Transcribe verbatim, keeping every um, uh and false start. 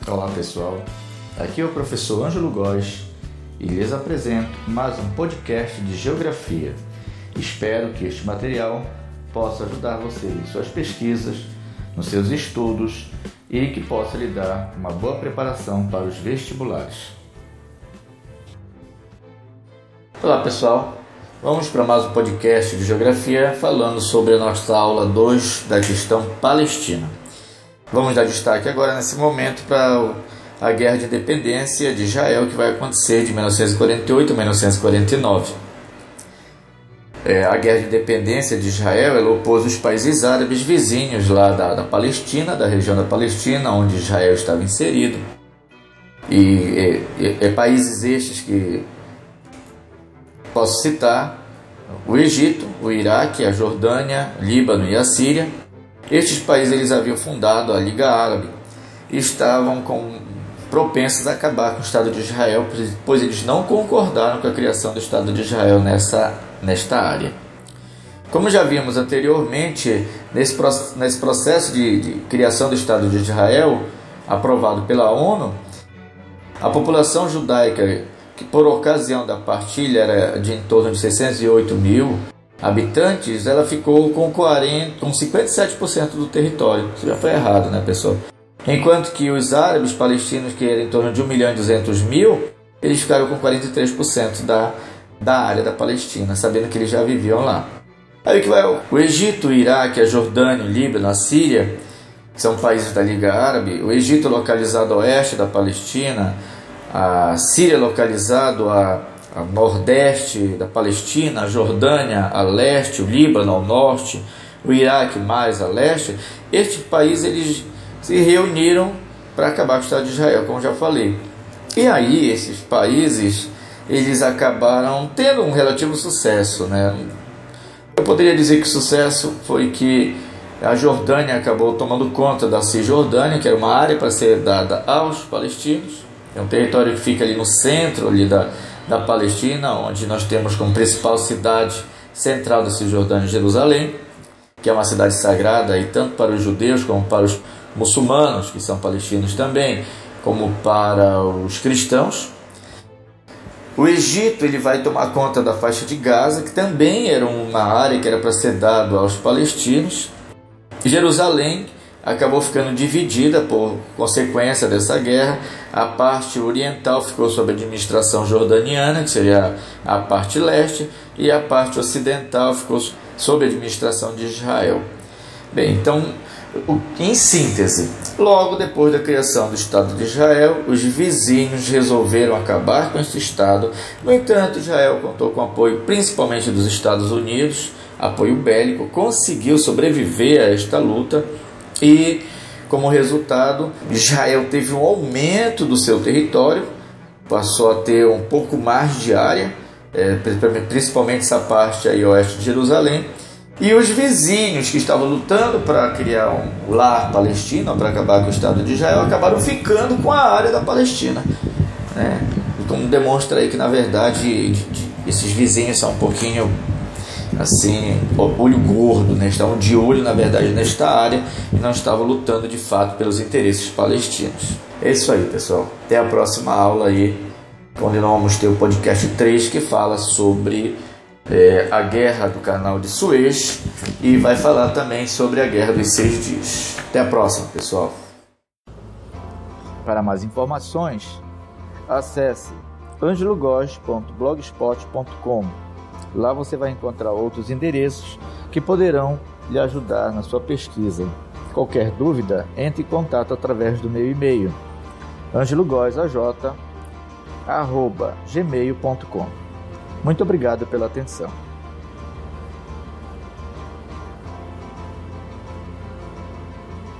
Olá pessoal, aqui é o professor Ângelo Góes e lhes apresento mais um podcast de Geografia. Espero que este material possa ajudar você em suas pesquisas, nos seus estudos e que possa lhe dar uma boa preparação para os vestibulares. Olá pessoal, vamos para mais um podcast de Geografia falando sobre a nossa aula dois da questão Palestina. Vamos dar destaque agora nesse momento para a Guerra de Independência de Israel, que vai acontecer de mil novecentos e quarenta e oito a mil novecentos e quarenta e nove. É, a Guerra de Independência de Israel ela opôs os países árabes vizinhos lá da, da Palestina, da região da Palestina, onde Israel estava inserido. E é, é, é países estes que posso citar: o Egito, o Iraque, a Jordânia, Líbano e a Síria. Estes países eles haviam fundado a Liga Árabe e estavam com, propensos a acabar com o Estado de Israel, pois eles não concordaram com a criação do Estado de Israel nessa, nesta área. Como já vimos anteriormente, nesse, nesse processo de, de criação do Estado de Israel, aprovado pela ONU, a população judaica, que por ocasião da partilha era de em torno de seiscentos e oito mil habitantes, ela ficou com, quarenta, com cinquenta e sete por cento do território. Isso já foi errado, né, pessoal? Enquanto que os árabes palestinos, que eram em torno de um milhão e duzentos mil, eles ficaram com quarenta e três por cento da, da área da Palestina, sabendo que eles já viviam lá. Aí que vai o Egito, o Iraque, a Jordânia, o Líbano, a Síria, que são países da Liga Árabe. O Egito localizado a oeste da Palestina, a Síria localizado a a nordeste da Palestina, a Jordânia a leste, o Líbano ao norte, o Iraque mais a leste. Estes países eles se reuniram para acabar com o Estado de Israel, como já falei. E aí esses países eles acabaram tendo um relativo sucesso, né? Eu poderia dizer que o sucesso foi que a Jordânia acabou tomando conta da Cisjordânia, que era uma área para ser dada aos palestinos. É um território que fica ali no centro ali da da Palestina, onde nós temos como principal cidade central da Cisjordânia Jerusalém, que é uma cidade sagrada e tanto para os judeus como para os muçulmanos, que são palestinos também, como para os cristãos. O Egito ele vai tomar conta da faixa de Gaza, que também era uma área que era para ser dado aos palestinos. Jerusalém acabou ficando dividida por consequência dessa guerra. A parte oriental ficou sob a administração jordaniana, que seria a parte leste, e a parte ocidental ficou sob a administração de Israel. Bem, então, em síntese, logo depois da criação do Estado de Israel, os vizinhos resolveram acabar com esse Estado. No entanto, Israel contou com apoio principalmente dos Estados Unidos, apoio bélico, conseguiu sobreviver a esta luta. E, como resultado, Israel teve um aumento do seu território, passou a ter um pouco mais de área, é, principalmente essa parte aí oeste de Jerusalém. E os vizinhos que estavam lutando para criar um lar palestino, para acabar com o Estado de Israel, acabaram ficando com a área da Palestina, né? Como demonstra aí que, na verdade, esses vizinhos são um pouquinho assim, olho gordo, né? Estavam de olho, na verdade, nesta área e não estavam lutando de fato pelos interesses palestinos. É isso aí, pessoal. Até a próxima aula aí, onde nós vamos ter o podcast três, que fala sobre é, a Guerra do Canal de Suez e vai falar também sobre a Guerra dos Seis Dias. Até a próxima, pessoal. Para mais informações, acesse angelo góes ponto blogspot ponto com. Lá você vai encontrar outros endereços que poderão lhe ajudar na sua pesquisa. Qualquer dúvida, entre em contato através do meu e-mail angelo góes a j arroba gmail ponto com. Muito obrigado pela atenção.